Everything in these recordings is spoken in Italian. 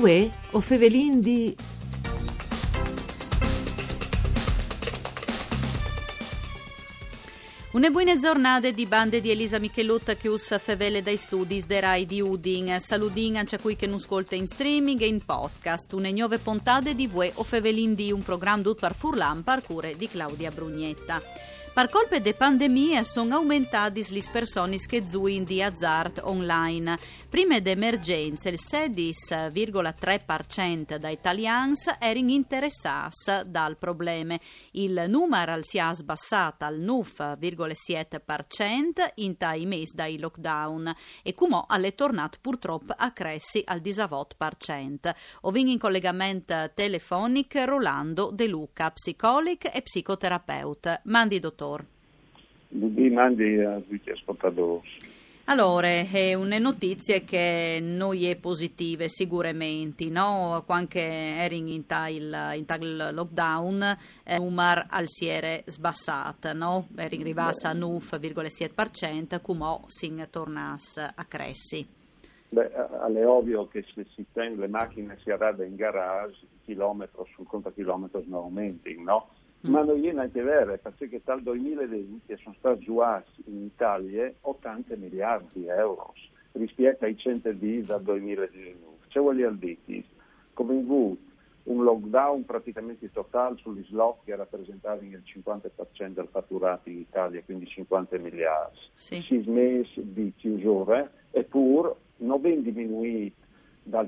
Uè, o fevelin di... Une buone giornate di bande di Elisa Michelutta che us fevele dai studi de Rai di Udin. Saludin a cui che non ascolta in streaming e in podcast. Une nuove puntate di Vue o fevelin di un programma tutto par Furlan par cure di Claudia Brugnetta. Per colpe de pandemie sono aumentati le persone che giocano di azzard online. Prima d'emergenza il 16,3% dei italiani erano interessati dal problema. Il numero si è abbassato al 9,7% in tai mesi dai lockdown e come è tornato purtroppo a crescere al 18%. Ovin in collegamento telefonico Rolando De Luca, psicologo e psicoterapeuta. Mandi dottor. Mandi a tutti gli ascoltatori. Allora, è una notizia che noi è positive sicuramente, no? Quando eri in tal lockdown, il numero al si era sbassato, no? Eri arrivato a 9,7%, come si tornasse a crescere. È ovvio che se si tengono le macchine si arreda in garage, chilometro sul contachilometro non aumenti, no? Ma non è anche vero, perché dal 2020 sono stati giocati in Italia 80 miliardi di euro rispetto ai 100 dal 2019. Cioè voglio dire, come avuto un lockdown praticamente totale sugli slot che rappresentavano il 50% del fatturato in Italia, quindi 50 miliardi. Sì. 6 mesi di chiusura, eppure non ben diminuito dal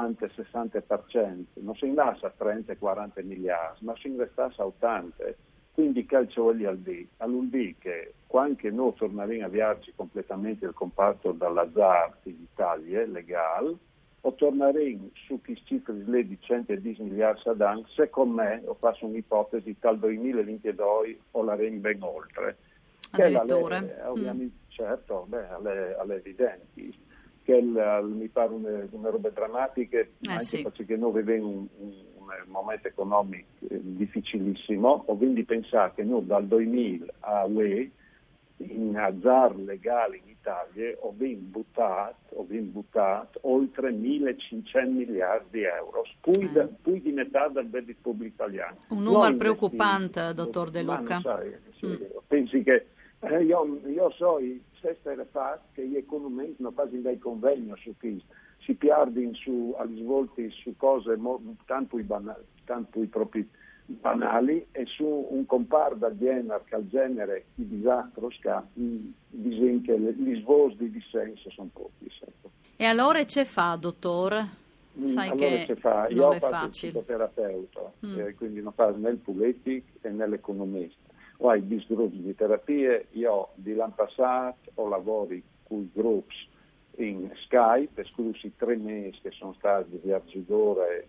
50-60%, non si investe a 30-40 miliardi, ma si investe a 80. Quindi calcio voglio dire, all'UNDI che quando noi torneremo a viaggiare completamente il comparto dall'azzardo in Italia, legale, o torneremo su chi cifre di 110 miliardi ad anno, secondo me, ho fatto un'ipotesi, dal 2022 o la remo ben oltre. Addirittura. Ovviamente, certo, alle evidenti. Che mi pare una roba drammatica, anche sì. Perché noi viviamo un momento economico difficilissimo, ho quindi pensato che noi dal 2000 a UE in azzardo legale in Italia ho ben buttato oltre 1.500 miliardi di euro, poi di metà del debito pubblico italiano. Un numero preoccupante, dottor De Luca. Pensi che io so questa era fatto che gli economisti non fanno dei convegni su questo, si perdono agli svolti su cose tanto proprio banali e su un comparto del genere di disastro dicono che gli svolti di senso sono pochi. E allora ce fa, dottor? Sai allora che ce fa. non Io è faccio facile. il psicoterapeuta, quindi non faccio né il politico e né l'economista. Ho i gruppi di terapie, io di l'anno passato ho lavori con i gruppi in Skype, esclusi 3 mesi che sono stati di viaggiatore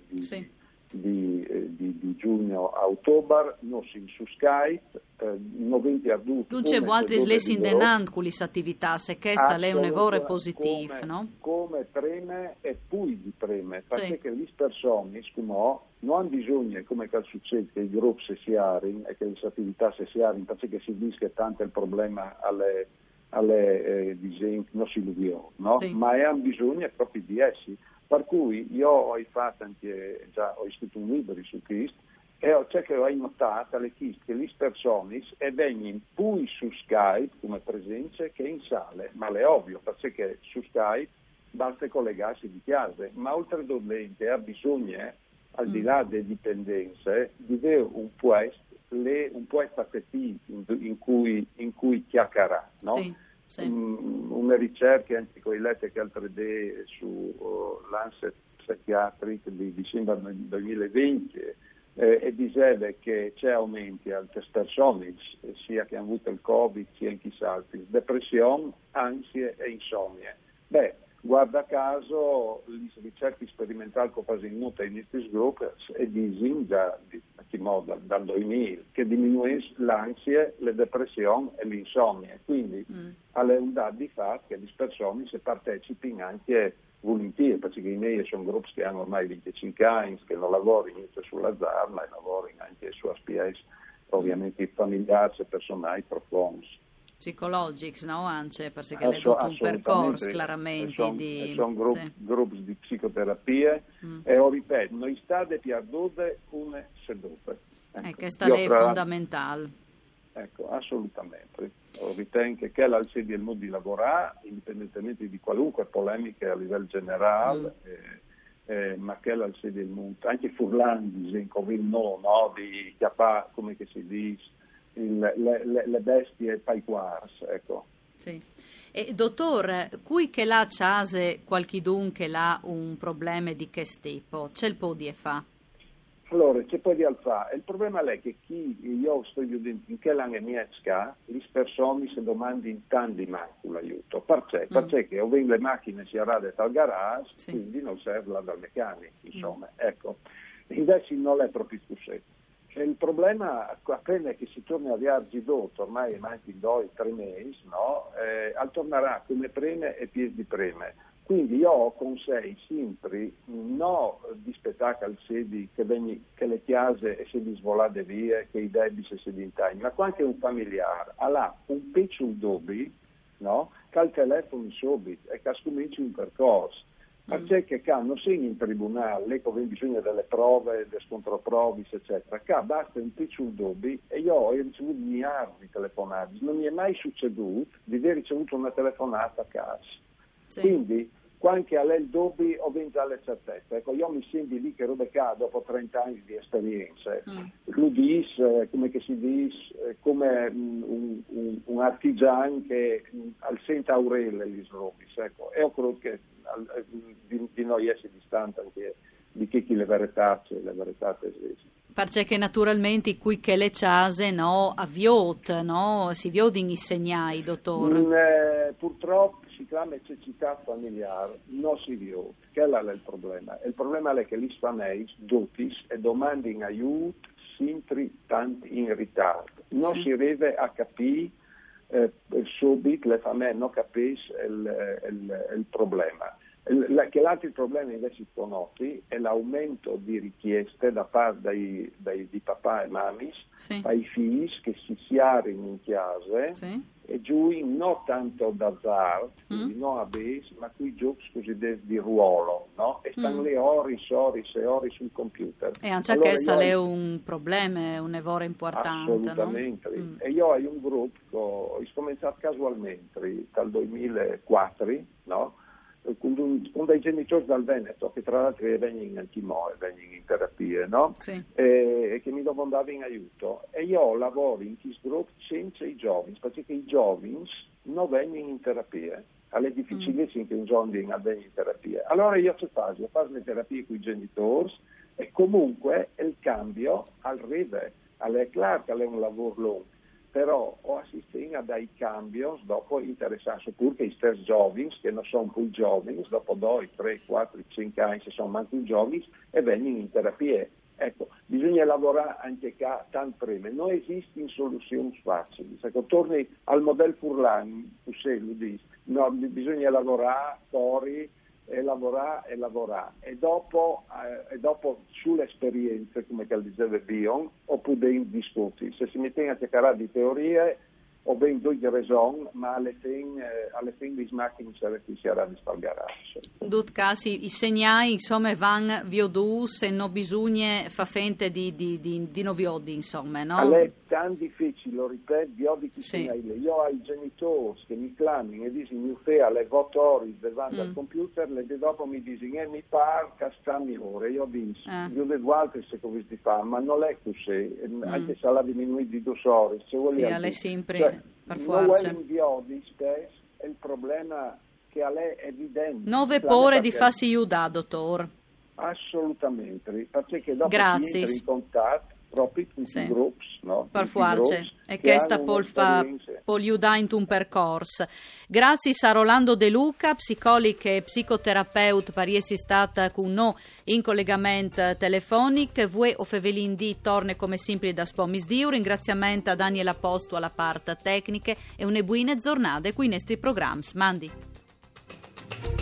di giugno a ottobre, noi siamo su Skype, 90 adulti. Dunque, voi lesi in denant con le attività, se questa è un lavoro positivo, no? Come preme e poi di preme, perché le persone, come non hanno bisogno, come succede, che i gruppi si arino e che le attività si arino, perché si dice che tanto il problema alle non si illudiamo, no? Sì. Ma hanno bisogno proprio di essi. Per cui io ho fatto anche, già ho scritto un libro su questo, e ho notato che le persone vengono più su Skype come presenza che in sale, ma è ovvio, perché su Skype basta collegarsi di chiesa, ma oltre dolente ha bisogno, al di là delle dipendenze, di avere un puesto affettivo in cui chiacchierare, no? Sì. Sì. Una ricerca anche con i letti che altre idee su Lancet Psychiatric di dicembre 2020 e diceva che c'è aumenti alle persone sia che hanno avuto il Covid sia in chissà altri, depressione, ansie e insonnia. Guarda caso le ricerche sperimentali che ho fatto in questi gruppi e dicono già dal 2000 che diminuisce l'ansia, le depressioni e l'insonnia. Quindi è un dato di fatto che le persone se partecipino anche volentieri, perché i miei sono gruppi che hanno ormai 25 anni, che non lavorano sull'azzardo, ma lavorano anche su SPS, ovviamente familiari e personali profondi. psicologics, no? Anche perché le do un percorso chiaramente sono gruppi di psicoterapia e ripeto, noi state piardute come sedute. Ecco, questa lei è fondamentale. Ecco, assolutamente. Ritengo che la sede il modo di lavorare, indipendentemente di qualunque polemica a livello generale, ma che la sede il mondo, anche Furlan dice di chiappare, come che si dice, le bestie paiquars, ecco. Sì. E dottor, qui che la c'ase qualchidun che ha un problema di che tipo, c'è il po' di fa? Allora, c'è poi di alzare. Il problema è che io sto vedendo in che l'anno miesca, le persone si domandano tanto manco l'aiuto. Perché che o le macchine si arrade dal garage, quindi non serve dal meccanico, insomma. Ecco, invece non è proprio così. Il problema appena che si torna a viaggi dopo, ormai manchi 2-3 mesi, no? Tornerà come preme e piedi di preme. Quindi io consiglio sempre non di spettacolo sedi che le chiese e si svolate via, che i debiti si dintagli, ma anche un familiare ha un piccolo dubbi, no? Che ha il telefono subito e che scomincia un percorso. Perché non sei in tribunale, lei che bisogna delle prove, delle scontroprove, eccetera. Che basta un piccolo dubbi e io ho ricevuto miliardi di telefonate. Non mi è mai succeduto di aver ricevuto una telefonata a casa. Sì. Quindi, quando a lei il dubbi ho vinto alle certezze. Ecco, io mi sento lì che robe ca dopo 30 anni di esperienze. Lui dice, come che si dice, come un artigiano che al senta aurele gli slobis. Ecco, e io credo che di noi essere distante anche di chi le verità esistono. Perché naturalmente qui che le case no, si viodin i segnali, dottor. Purtroppo si chiama necessità familiare, non si viode. Quello è il problema. Il problema è che gli famiglie dotis e domandano aiuto sempre tanto in ritardo. Non si arriva a capire subito, le famiglie non capiscono il problema. Che l'altro problema invece conosci è l'aumento di richieste da parte di papà e mamis ai figli che si siarino in chiesa e giù non tanto d'azzardo, quindi non a base, ma qui giochi cosiddetti di ruolo, no? E stanno lì ore sul computer. E anche questo è un problema, un evore importante. Assolutamente. No? E io ho un gruppo, ho cominciato casualmente dal 2004, no? Con dei genitori dal Veneto che tra l'altro vengono in Timor, vengono in terapia, no? Sì. E che mi devono andare in aiuto e io lavoro in questo gruppo senza i giovani perché i giovani non vengono in terapia, è difficilissimo che un giovane venga in terapia. Allora io faccio le terapie con i genitori e comunque il cambio arriva, è chiaro che è un lavoro lungo. Però ho assistito a dei cambi dopo interessarsi pure i stessi giovani, che non sono più giovani, dopo 2, 3, 4, 5 anni, se sono manco giovani, e vengono in terapia. Ecco, bisogna lavorare anche qua tanto prima. Non esistono soluzioni facili. Se torni al modello Furlan, lo dice, no, bisogna lavorare fuori, e lavorare e dopo sulle esperienze come che diceva Bion oppure discuti se si mette a cercare di teorie o ben due ragioni ma alle fine di macchine serve che si era di spalgare. In tutti casi i segnali insomma van viodus e non bisogna fa fente di non viodi insomma, no? È tan difficile, lo ripeto, viodi chi segnali. Io ho i genitori che mi chiamano e dicono mio figlio alle 8 ore davanti al computer e dopo mi dicono mi pare che sta migliore. Io dico, io devo altri se come si fa, ma non è così, anche se la diminuita di 2 ore. Sì, è sempre per forza. Non è viodi spesso, è il problema che a lei è evidente. 9 ore di farsi aiutare, dottor. Assolutamente, perché dopo si entra in contatto proprio con i gruppi, no? Per forza, e questa può aiutare in un percorso. Grazie a Rolando De Luca, psicologo e psicoterapeuta, per essere stata con noi in collegamento telefonico. Voi o Fevelin D torna come sempre da Spomis Dio. Ringraziamento a Daniela Posto alla parte tecnica e una buona giornata qui in questi programmi. Mandi.